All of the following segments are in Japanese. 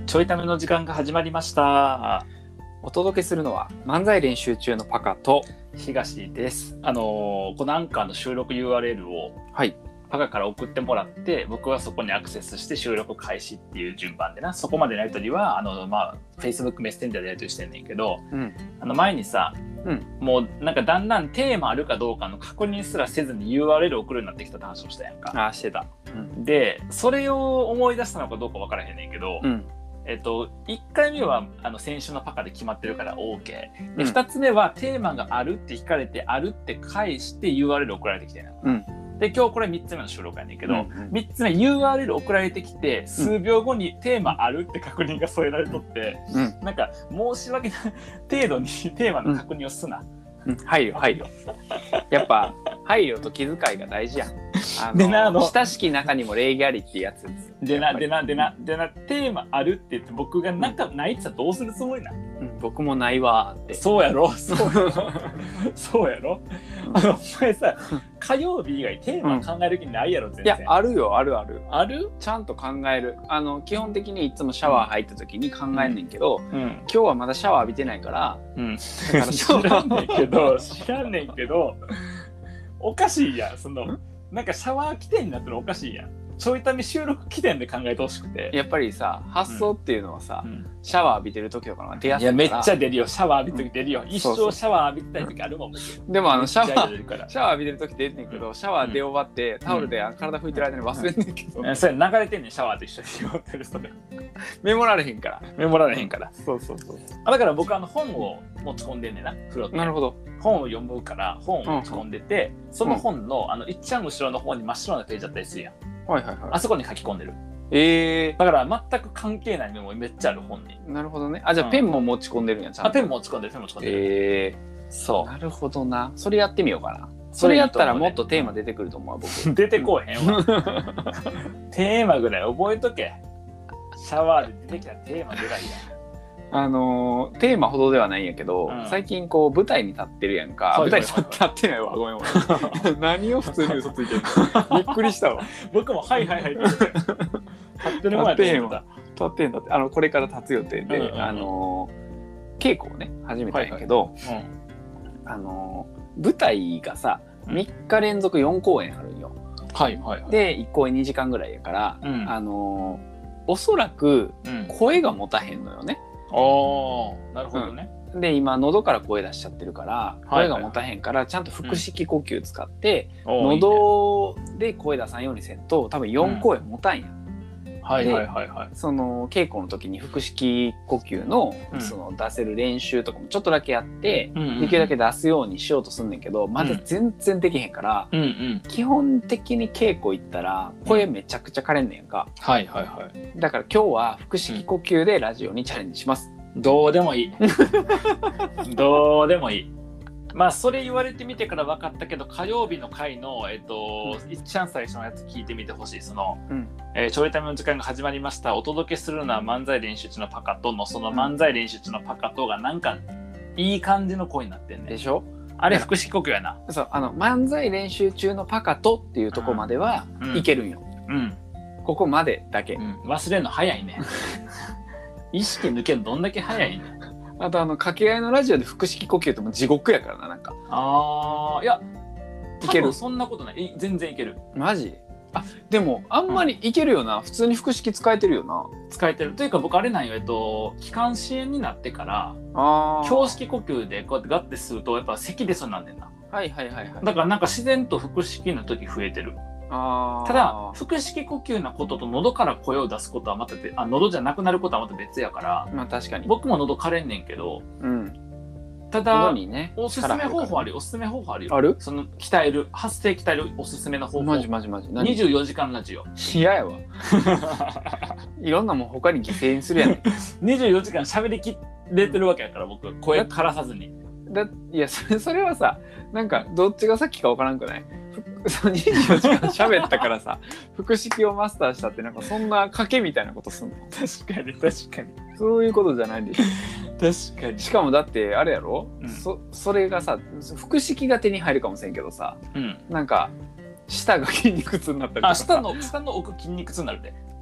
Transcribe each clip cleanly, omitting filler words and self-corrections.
ちょいための時間が始まりました。 お届けするのは漫才練習中のパカと東です。このアンカーの収録 URL をパカから送ってもらって、僕はそこにアクセスして収録開始っていう順番でな。そこまでのやり取りはFacebook メッセンジャーでやり取りしてんねんけど、前にさ、もうなんかだんだんテーマあるかどうかの確認すらせずに URL 送るようになってきたって話をしたやんか。 してた。 でそれを思い出したのかどうか分からへんねんけど、1回目は先週のパカで決まってるから OK で、2つ目はテーマがあるって聞かれてあるって返して URL 送られてきてる、で今日これ3つ目の収録やねんけど、3つ目 URL 送られてきて数秒後にテーマあるって確認が添えられとって、なんか申し訳ない程度にテーマの確認をすな、 配慮やっぱ配慮と気遣いが大事やん。 でな親しき中にも礼儀ありっていうやつでなテーマあるって言って僕がなんかないって言ったらどうするつもりな、 僕もないわって。 そうやろそうやろお前さ火曜日以外テーマ考える気ないやろ、全然。 いやあるよ、あるちゃんと考える。基本的にいつもシャワー入った時に考えんねんけど、今日はまだシャワー浴びてないから、だから知らんねんけどおかしいやん。なんかシャワー起点になったらおかしいやん。ちょいため収録起点で考えてほしくて。 やっぱりさ、発想っていうのはさ、シャワー浴びてる時とかのが出やすいから。 いやめっちゃ出るよ。シャワー浴びてる時出るよ。一生シャワー浴びてたい時あるもん。 でもシャワー浴びてる時出んねんけど、シャワー出終わってタオルで体拭いてる間に忘れんねんけど、 それ流れてんねん、シャワーと一緒に持ってる人で。 メモられへんから。 そうだから僕本を持ち込んでんねんな、風呂って。 なるほど。 本を読むから本を持ち込んでて、その本のいっちゃん後ろの方に真っ白なページだったりするやん。あそこに書き込んでる。だから全く関係ないメモめっちゃある本に。 なるほどね。じゃあペンも持ち込んでるんや。ちゃんと。 ペン持ち込んでる。そう。 なるほどな。それやってみようかな。それやったらもっとテーマ出てくると思う、僕。 出てこうへんわ。テーマぐらい覚えとけ。シャワーで出てきたテーマぐらいや。 テーマほどではないんやけど、最近こう舞台に立ってるやんか。舞台に立ってないわ、ごめん。何を普通に嘘ついてるの。びっくりしたわ。 僕もはい立ってる前で立ってんだって。これから立つ予定で、稽古をね始めたんやけど、舞台がさ3日連続4公演あるんよ。で1公演2時間ぐらいやから、おそらく声が持たへんのよね。 なるほどね。 で今喉から声出しちゃってるから声が持たへんから、ちゃんと腹式呼吸使って喉で声出さんようにせんと多分4公演持たんや。その稽古の時に腹式呼吸のその出せる練習とかもちょっとだけやって、できるだけ出すようにしようとすんねんけど、まだ全然できへんから、基本的に稽古行ったら声めちゃくちゃ枯れんねんか。だから今日は腹式呼吸でラジオにチャレンジします。 どうでもいい。どうでもいい。まあそれ言われてみてから分かったけど、火曜日の回のいっちゃん最初のやつ聞いてみてほしい。ちょいための時間が始まりました。お届けするのは漫才練習中のパカとの、その漫才練習中のパカとがなんかいい感じの声になってんね。 でしょ？ あれ腹式呼吸やな。 そう、漫才練習中のパカとっていうとこまではいけるんよ。ここまでだけ。 忘れるの早いね。意識抜けるのどんだけ早いね。 あと掛け合いのラジオで腹式呼吸っても地獄やからな、なんか。 いやいける。そんなことない。全然いける。 マジ？でもあんまりいけるよな。普通に腹式使えてるよな。 使えてるというか、僕あれなんよ。気管支炎になってから胸式呼吸でこうやってガッてするとやっぱ咳出そうになんねんな。だからなんか自然と腹式の時増えてる。ただ腹式呼吸なことと喉から声を出すことはまた喉じゃなくなることはまた別やから、 確かに僕も喉枯れんねんけど、ただ、おすすめ方法あるよ。その鍛える、発声鍛えるおすすめの方法。 マジ 24時間ラジオ。 嫌やわ。いろんなもん他に犠牲にするやん。 24時間喋りきれてるわけやから、僕声枯らさずに。 いやそれはさ、なんかどっちが先かわからんくない？24時間喋ったからさ、腹式をマスターしたってなんかそんな賭けみたいなことすんの？ 確かにそういうことじゃないでしょ。 確かに。 しかもだってあれやろ、それがさ、腹式が手に入るかもしれんけどさ、なんか舌が筋肉痛になったりとかさ、 下の奥筋肉痛になるで。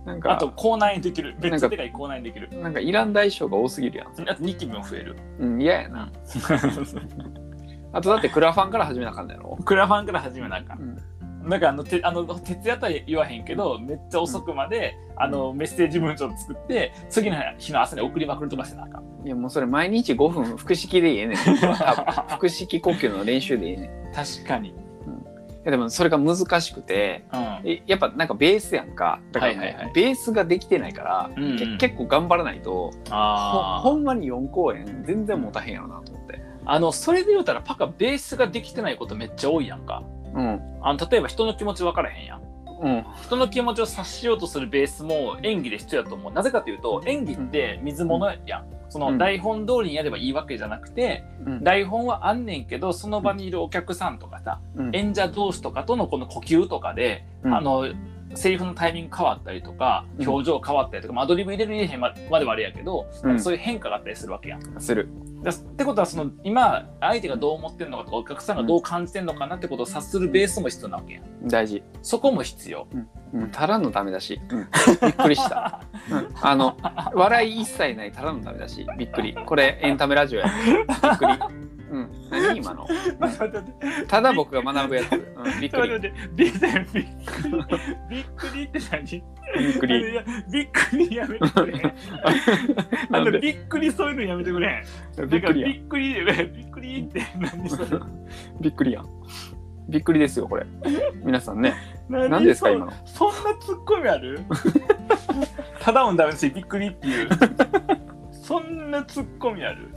なんかあと口内炎できる。めっちゃでかい口内炎できる。 なんかいらん代償が多すぎるやん。 あとニキビも増える。 嫌やな。あとだってクラファンから始めなあかんのやろ。 クラファンから始めなあかん。なんか徹夜とは言わへんけど、めっちゃ遅くまでメッセージ文章作って次の日の朝に送りまくるとかしてなあかん。 いやもうそれ毎日5分腹式でいいねん。腹式呼吸の練習でいいねん。 確かに。 でもそれが難しくて、やっぱなんかベースやんか。だから、ベースができてないから、結構頑張らないと、ほんまに4公演全然持たへんやろなと思って。 それで言うたらパカベースができてないことめっちゃ多いやんか。例えば人の気持ち分からへんやん。人の気持ちを察しようとするベースも演技で必要だと思う。なぜかというと演技って水物やん。その台本通りにやればいいわけじゃなくて、台本はあんねんけどその場にいるお客さんとかさ、演者同士とかとのこの呼吸とかで、セリフのタイミング変わったりとか表情変わったりとか、アドリブ入れる入れへんまではあれやけど、そういう変化があったりするわけやん。 する。 ってことは今相手がどう思ってるのかとかお客さんがどう感じてるのかなってことを察するベースも必要なわけやん。 大事。 そこも必要。 ただのダメだし、びっくりした。笑い一切ないただのダメだし、びっくり。これエンタメラジオや。びっくり。何今の。ただ僕が学ぶやつ。びっくり。 びっくりって何？ びっくり。 びっくりやめてくれ。びっくりそういうのやめてくれ。びっくりって何それ。 びっくりやん。びっくりですよこれ。皆さんね。何ですか今の。 そんなツッコミある？ただもダメだしびっくりっていう。そんなツッコミある？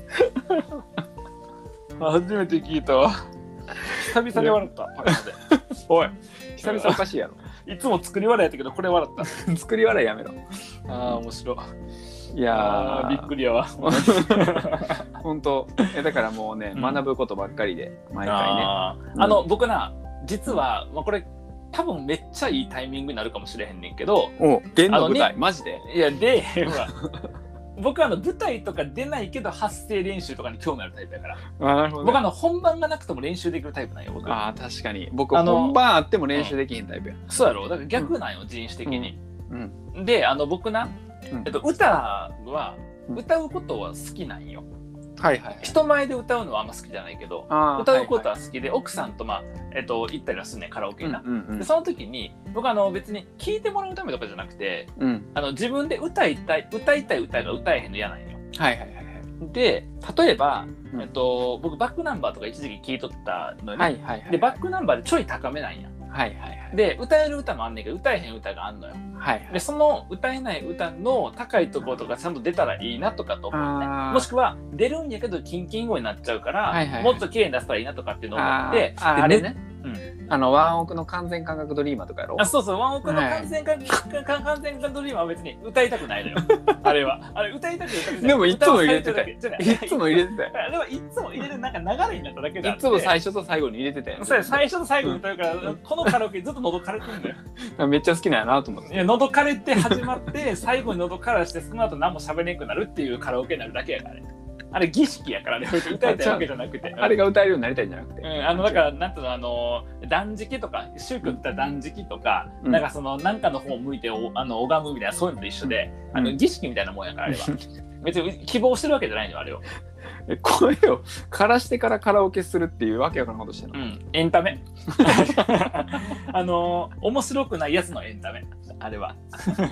初めて聞いたわ。久々に笑った。 おい、久々おかしいやろ。 いつも作り笑いやったけどこれ笑った。 作り笑いやめろ。 面白い。 いやびっくりやわ。 本当。だからもうね、学ぶことばっかりで毎回ね。 僕な実はこれ多分めっちゃいいタイミングになるかもしれへんねんけど。 現の舞台マジで？ いや出えへんわ。僕は舞台とか出ないけど発声練習とかに興味あるタイプやから。 なるほどね、 僕本番がなくても練習できるタイプなんよ僕。 確かに僕本番あっても練習できへんタイプや。 そうやろ。だから逆なんよ、人種的に。で僕な、歌は歌うことは好きなんよ。人前で歌うのはあんま好きじゃないけど、歌うことは好きで、奥さんと行ったりはすんねん、カラオケにな。でその時に僕別に聴いてもらうためとかじゃなくて、自分で歌いたい歌が歌えへんの嫌なんよ。で例えば、僕バックナンバーとか一時期聴いとったのに、でバックナンバーでちょい高めなんや。で歌える歌もあんねんけど歌えへん歌があんのよ。でその歌えない歌の高いところとかちゃんと出たらいいなとかと思うね。もしくは出るんやけどキンキン声になっちゃうから、もっと綺麗に出せたらいいなとかっていうのを思って、 あれね、ワンオクの完全感覚ドリーマーとかやろ。 そうそう、ワンオクの完全感覚ドリーマーは別に歌いたくないのよ。あれ歌いたくない。 でもいつも入れてたよ。いつも入れてたよ。 でもいつも入れるなんか流れになっただけであって。 いつも最初と最後に入れてたよ。 そうや、最初と最後に歌うから、このカラオケずっと喉枯れてるんだよ。 めっちゃ好きなんやなと思って。 いや、喉枯れて始まって最後に喉枯らしてその後何も喋れなくなるっていうカラオケになるだけやからね。あれ儀式やからね、歌いたいわけじゃなくて。 あれが歌えるようになりたいんじゃなくて。 だからなんていうの、断食とか宗教って言ったら断食とか、なんかなんかの方を向いて拝むみたいなそういうのと一緒で、儀式みたいなもんやからあれは。別に希望してるわけじゃないのよあれを。 声を枯らしてからカラオケするっていうわけわからんことしてるの。 エンタメ。面白くないやつのエンタメあれは。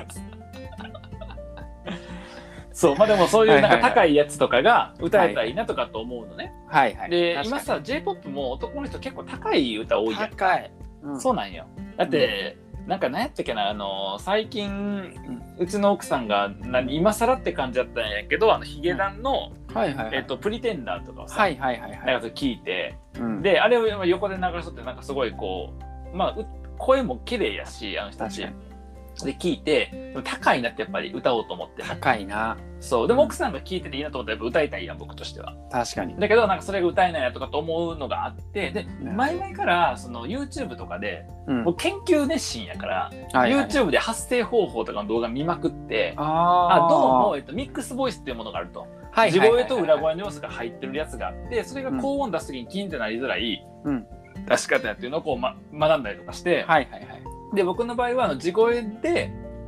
そう、でもそういうなんか高いやつとかが歌えたらいいなとかと思うのね。で今さ J-POP も男の人結構高い歌多いやん。 高い。 そうなんよ。だってなんか何やったっけな、最近うちの奥さんが今更って感じだったんやけどヒゲダンのプリテンダーとかをさ聞いて、であれを横で流しとってなんかすごいこう声も綺麗やし人たちで聞いて高いなってやっぱり歌おうと思って。 高いな。 そうでも奥さんが聞いてていいなと思ったらやっぱ歌いたいやん僕としては。 確かに。 だけどなんかそれが歌えないなとかと思うのがあって、で前々からYouTube とかで、もう研究熱心やから、YouTube で発声方法とかの動画見まくって、どうも、ミックスボイスっていうものがあると。地声と裏声の要素が入ってるやつがあって、それが高音出す時にキンってなりづらい出し方やっていうのをこう、学んだりとかして、で僕の場合は地声で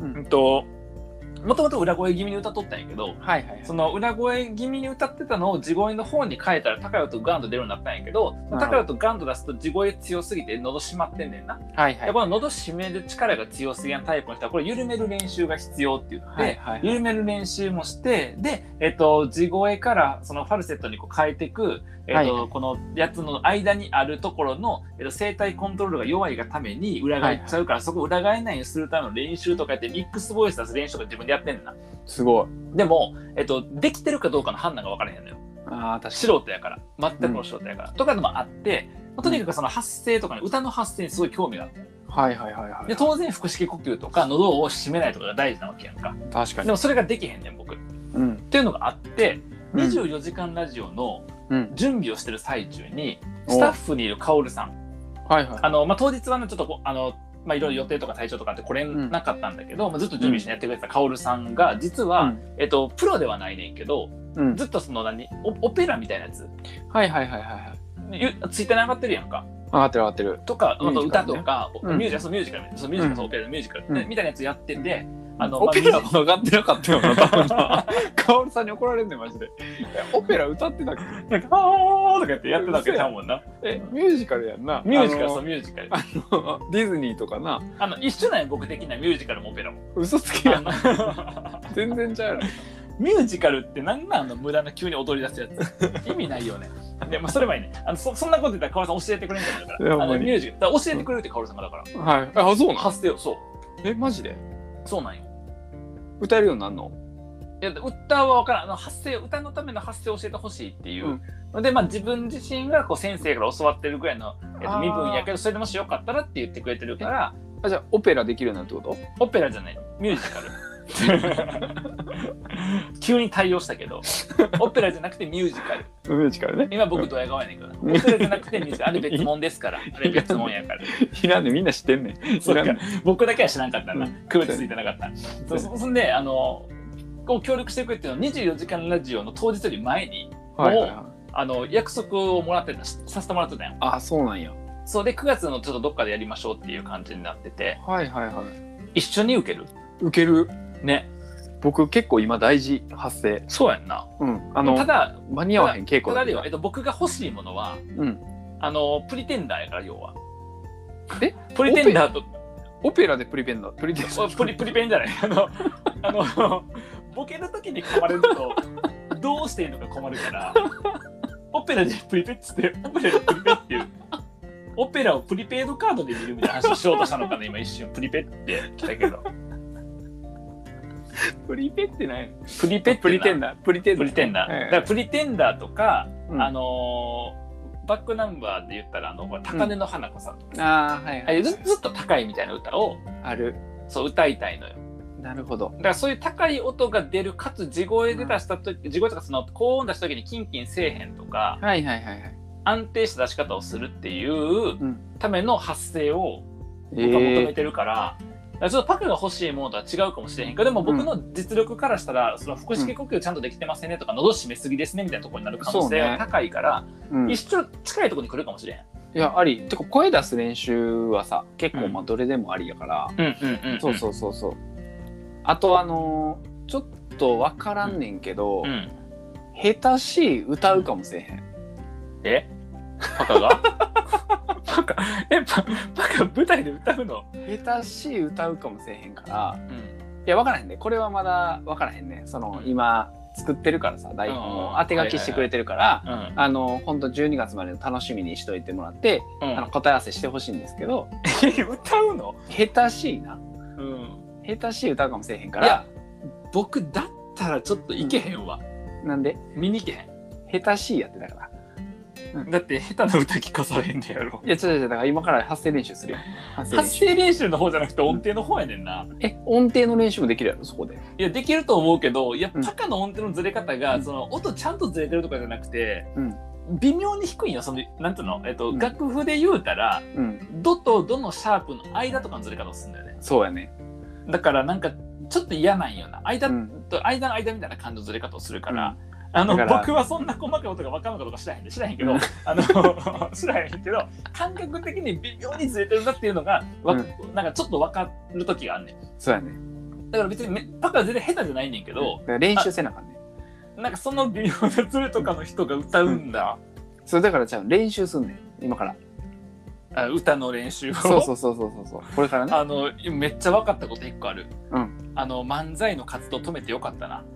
もともと裏声気味に歌っとったんやけど、その裏声気味に歌ってたのを地声の方に変えたら高い音ガンと出るようになったんやけど、高い音ガンと出すと地声強すぎて喉閉まってんねんな。この喉閉める力が強すぎなタイプの人はこれ緩める練習が必要って言って、緩める練習もして、で、地声からそのファルセットにこう変えていく、このやつの間にあるところの、声帯コントロールが弱いがために裏返っちゃうから、そこ裏返らないようにするための練習とかやってミックスボイス出す練習とか自分でやってんねんな。 すごい。 でも、できてるかどうかの判断が分からへんのよ。 確かに。 素人やから。全くの素人やから。とかでもあって、とにかくその発声とかね、歌の発声にすごい興味があって。で、当然腹式呼吸とか喉を締めないとかが大事なわけやんか。 確かに。 でもそれができへんねん、僕。っていうのがあって、24時間ラジオの準備をしてる最中に、スタッフにいるカオルさん。当日はね、ちょっといろいろ予定とか体調とかって来れなかったんだけど、ずっと準備してやってくれてたカオルさんが実は、プロではないねんけど、ずっとそのオペラみたいなやつツイッターに上がってるやんか。 上がってるとか、歌とかミュージカルオペラのミュージカルみたいなやつやってて、 オペラ上がってなかったよな、多分な。カオルさんに怒られんねん、マジで。オペラ歌ってたっけ？ なんか、あーとかやってやってたわけちゃうもんな。 ミュージカルやんな。 ミュージカル、そう、ミュージカル。 ディズニーとかな。 一緒なんや、僕的なミュージカルもオペラも。 嘘つきやん。全然ちゃうやろ。 ミュージカルってなんなん無駄な急に踊り出すやつ。意味ないよね。で、それはいいね。そんなこと言ったら、カオルさん教えてくれんじゃないから。ミュージカル、教えてくれるってカオルさんがだから。 そうなん？ 発声を、そう。 マジで？ そうなんよ。 歌えるようになるの？ いや、歌は分からん。発声、歌のための発声を教えてほしいっていうので、自分自身がこう先生から教わってるぐらいの身分やけど、それでもしよかったらって言ってくれてるから。 じゃあオペラできるようになるってこと？ オペラじゃない、ミュージカル。急に対応したけど、オペラじゃなくてミュージカル。 ミュージカルね。 今僕ドヤ顔やねんけど、オペラじゃなくてミュージカル。あれ別物ですから。あれ別物やから。 いらんねん、みんな知ってんねん。 そうか、僕だけは知らんかったな。区別ついてなかった。そんで、こう協力してくれっていうのは24時間ラジオの当日より前に、約束をもらってた、させてもらってたよ。 そうなんや。 そうで、9月のちょっとどっかでやりましょうっていう感じになってて、一緒に受ける？ 受けるね。 僕結構今大事、発声。 そうやんな。ただ間に合わへん稽古だけど、僕が欲しいものは、プリテンダーやから、要は。 プリテンダーとオペラでプリペンダー、プリペンじゃない。ボケるときに困るとどうしていいのか困るから、オペラでプリペっつって、オペラでプリペっていう。オペラをプリペイドカードで見るみたいな話をしようとしたのかな、今一瞬プリペって来たけど。 プリペってないの？ プリテンダー。だからプリテンダーとか、バックナンバーで言ったら高根の花子さんとか、ずっと高いみたいな歌をそう歌いたいのよ。 なるほど。 だからそういう高い音が出るかつ地声で出した時、地声とかその高音出した時にキンキンせえへんとか、安定した出し方をするっていうための発声を僕は求めてるから、ちょっとパクが欲しいものとは違うかもしれへんけど、でも僕の実力からしたら、その腹式呼吸ちゃんとできてませんねとか、喉締めすぎですねみたいなところになる可能性が高いから、一緒近いところに来るかもしれへん。 いや、あり。てか声出す練習はさ、結構どれでもありやから。そう。あとちょっと分からんねんけど、下手しい歌うかもしれへん。 パカがパカ舞台で歌うの？ 下手しい歌うかもしれへんから、いや分からへんね。これはまだ分からへんね。今作ってるからさ、台本を当て書きしてくれてるから、本当12月までの楽しみにしといてもらって、答え合わせしてほしいんですけど、 歌うの？ 下手しいな。下手しい歌うかもしれへんから。いや、 僕だったらちょっといけへんわ。 なんで？ 見に行けへん。下手しいやってだから。 だって下手な歌聞かされんねやろ。 いや、だから今から発声練習するよ。 発声練習の方じゃなくて音程の方やねんな。 音程の練習もできるやろ、そこで。 いや、できると思うけど、いや、パカの音程のずれ方が、その音ちゃんとずれてるとかじゃなくて、微妙に低いんよ。なんていうの、楽譜で言うたら、ドとドのシャープの間とかのずれ方をするんだよね。 そうやね。 だからなんかちょっと嫌なんよな。間と間の間みたいな感じのずれ方をするから。僕はそんな細かい音が分かるのかどうか知らへんけど、感覚的に微妙にずれてるなっていうのが、なんかちょっと分かる時があんねん。 そうやね。 だから別にパカは全然下手じゃないねんけど、 練習せなあかんね。 なんかその微妙なズレとかの人が歌うんだ。 それだから練習すんねん今から。 歌の練習を。 そうこれからね。 めっちゃ分かったこと一個ある。 うん。 漫才の活動止めてよかったな。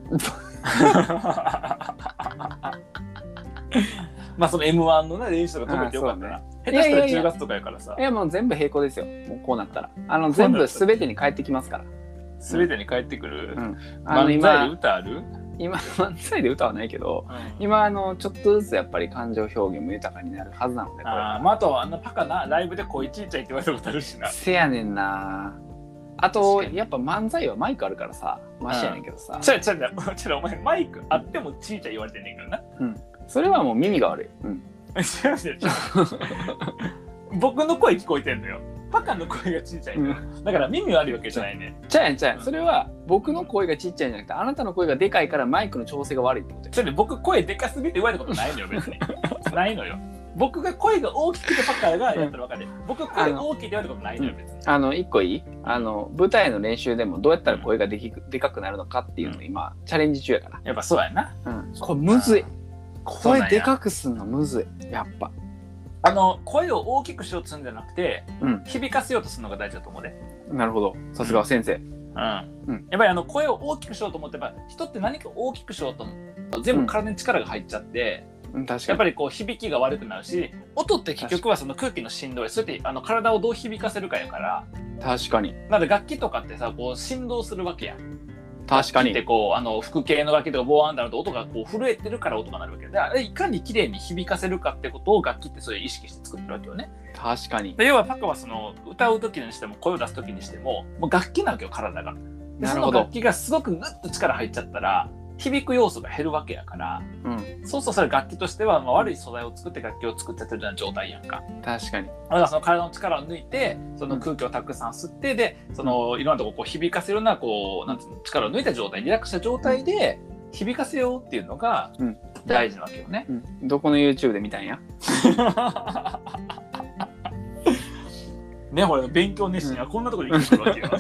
まあその M1 のね練習とか止めてよかったな。下手したら10月とかやからさ。 いやもう全部並行ですよ。もうこうなったら全部全てに帰ってきますから。 全てに帰ってくる。漫才で歌ある？ 今漫才で歌はないけど、今ちょっとずつやっぱり感情表現も豊かになるはずなので。 あとパカなライブで声ちいちゃいって言われたことあるしな。 せやねんな。あとやっぱ漫才はマイクあるからさマシやねんけどさ。 お前マイクあってもちいちゃい言われてんねんからな。 それはもう耳が悪い。 僕の声聞こえてんのよ。パカの声がちっちゃいのよ。だから耳悪いわけじゃないね。 ちゃう。それは僕の声がちっちゃいんじゃなくて、あなたの声がでかいからマイクの調整が悪いってことよ。 それで僕声でかすぎて言われたことないのよ別に。ないのよ。僕が声が大きくてパカがやったら分かる。僕が声が大きいって言われたことないのよ別に。 一個いい？舞台の練習でもどうやったら声がでかくなるのかっていうのを今チャレンジ中やから。 やっぱそうやな。 これむずい。声でかくすんのむずい。やっぱ。 声を大きくしようとするんじゃなくて、響かせようとするのが大事だと思うね。 なるほど。さすが先生。 やっぱり声を大きくしようと思って人って何か大きくしようと思う全部体に力が入っちゃって、やっぱりこう響きが悪くなるし、音って結局はその空気の振動でそうやって体をどう響かせるかやから。 確かに。 なので楽器とかってさこう振動するわけや。 確かに。 でこう腹系の楽器とかボーンってなると音がこう震えてるから音が鳴るわけで、いかに綺麗に響かせるかってことを楽器ってそういう意識して作ってるわけよね。 確かに。 で要はパカはその歌う時にしても声を出す時にしてももう楽器なわけよ体が。でその楽器がすごくグッと力入っちゃったら響く要素が減るわけやから、そうするとそれ楽器としては悪い素材を作って楽器を作っちゃってるような状態やんか。 確かに。 だからその体の力を抜いてその空気をたくさん吸ってでそのいろんなところを響かせるようなこうなんていうの力を抜いた状態リラックスした状態で響かせようっていうのが大事なわけよね。 どこの YouTube で見たんやねほら勉強熱心はこんなところで生きてるわけよ。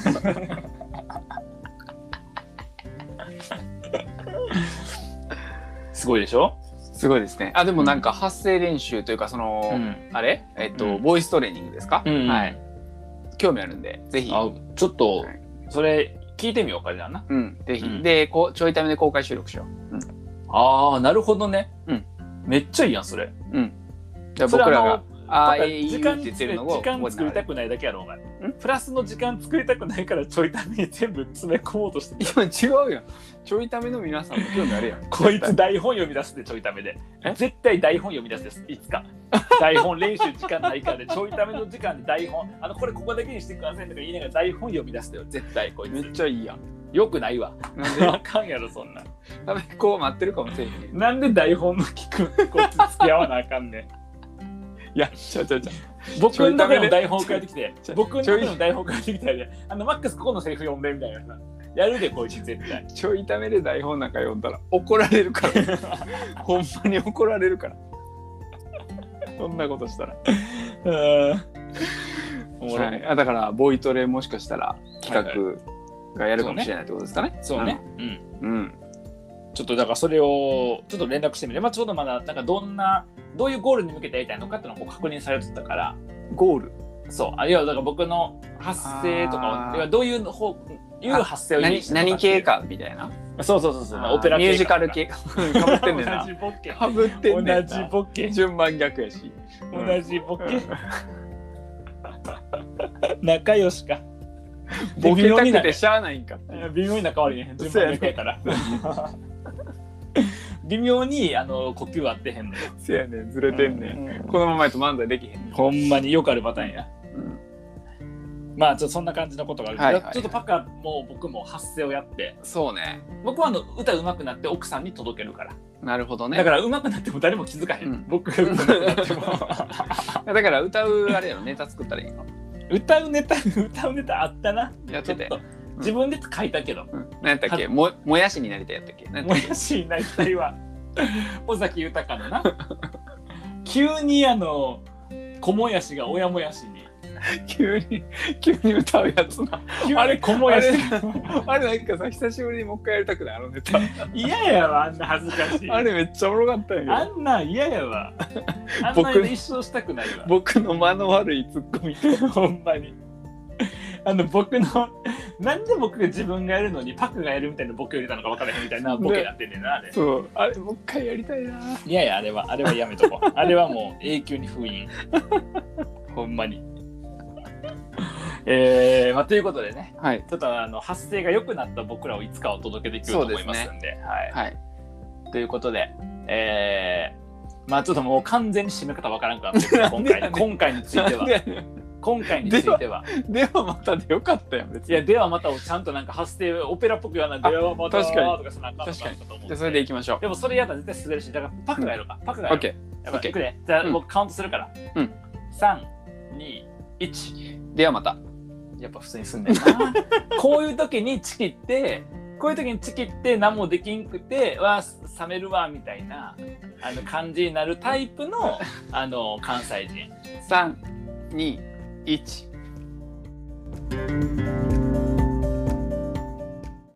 すごいでしょ？ すごいですね。でもなんか発声練習というかその、ボイストレーニングですか？はい。興味あるんでぜひ。 ちょっとそれ聞いてみようかじゃあな。 ぜひ。でちょいためで公開収録しよう。なるほどね。めっちゃいいやんそれ。 じゃあ僕らが時間作りたくないだけやろお前。プラスの時間作りたくないからちょいために全部詰め込もうとして今違うやん。ちょいための皆さんも興味あるやん。 こいつ台本読み出すでちょいためで絶対台本読み出すですいつか。台本練習時間ないからでちょいための時間で台本これここだけにしてくださいとか言いながら台本読み出すでよ絶対こいつ。 めっちゃいいやん。 よくないわ。なんであかんやろそんな。 こう待ってるかもしれへん。 なんで台本の聞くこいつ付き合わなあかんねん。 いや僕の中の台本を変えてきて僕の中の台本を変えてきたらねマックスここのセリフ読んでみたいなやるでこいつ絶対。 ちょいためで台本なんか読んだら怒られるからほんまに怒られるからそんなことしたらだからボイトレもしかしたら企画がやるかもしれないってことですかね。 そうね。ちょっとだからそれをちょっと連絡してみれちょうどまだなんかどういうゴールに向けてやりたいのかっていうのを確認されてたからゴールそういやだから僕の発声とかをどういう発声を何系かみたいなそうオペラ系ミュージカル系かぶってんねんな同じボケかぶってんねんな同じボケ順番逆やし同じボケ仲良しかボケたくてしゃあないんか微妙に仲悪いね順番逆やから微妙に呼吸合ってへんねん。 せやねんずれてんねん、このままやと漫才できへん。 ほんまによくあるパターンや。まあちょっとそんな感じのことがあるけど、ちょっとパカも僕も発声をやってそうね僕は歌うまくなって奥さんに届けるから。 なるほどね。 だからうまくなっても誰も気づかへん、僕がうまくなってもだから歌うあれやろネタ作ったらいいの。 歌うネタあったな。 やってて自分で書いたけど、 何やったっけもやしになりたいやったっけ。 もやしになりたいは尾崎豊のな急に小もやしが親もやしに急に歌うやつな。 あれ小燃やしてあれなんかさ、久しぶりにもう一回やりたくない、あのネタ。 嫌やわ、あんな恥ずかしい。 あれめっちゃおもろかったんやあんな嫌やわ。あんなの一生したくないわ。 僕の間の悪いツッコミ。 ほんまに。僕のなんで僕が自分がやるのにパクがやるみたいなボケを入れたのか分からへんみたいなボケになってんねんな、あれ。 そう、あれもう一回やりたいな。 いやいや、あれはやめとこう。あれはもう永久に封印。ほんまに。まあ、ということでね、 はい、 ちょっと発声が良くなった僕らをいつかお届けできると思いますんで。はい。ということで、まあちょっともう完全に締め方分からんくなってる今回については。今回については。 ではまたでよかったよ、 別に。いや、ではまたをちゃんとなんか発声、オペラっぽく言わないではまたとかそんな感じだと思う。 じゃあそれでいきましょう。 でもそれやったら絶対滑るし、だからパクがやろうか。パクがやろう。 オッケー。 いくで。じゃあ僕カウントするから。3、2、1。 ではまた。 やっぱ普通にすんねんな。こういう時にチキって何もできんくて冷めるわみたいな感じになるタイプの関西人。 3、2、1。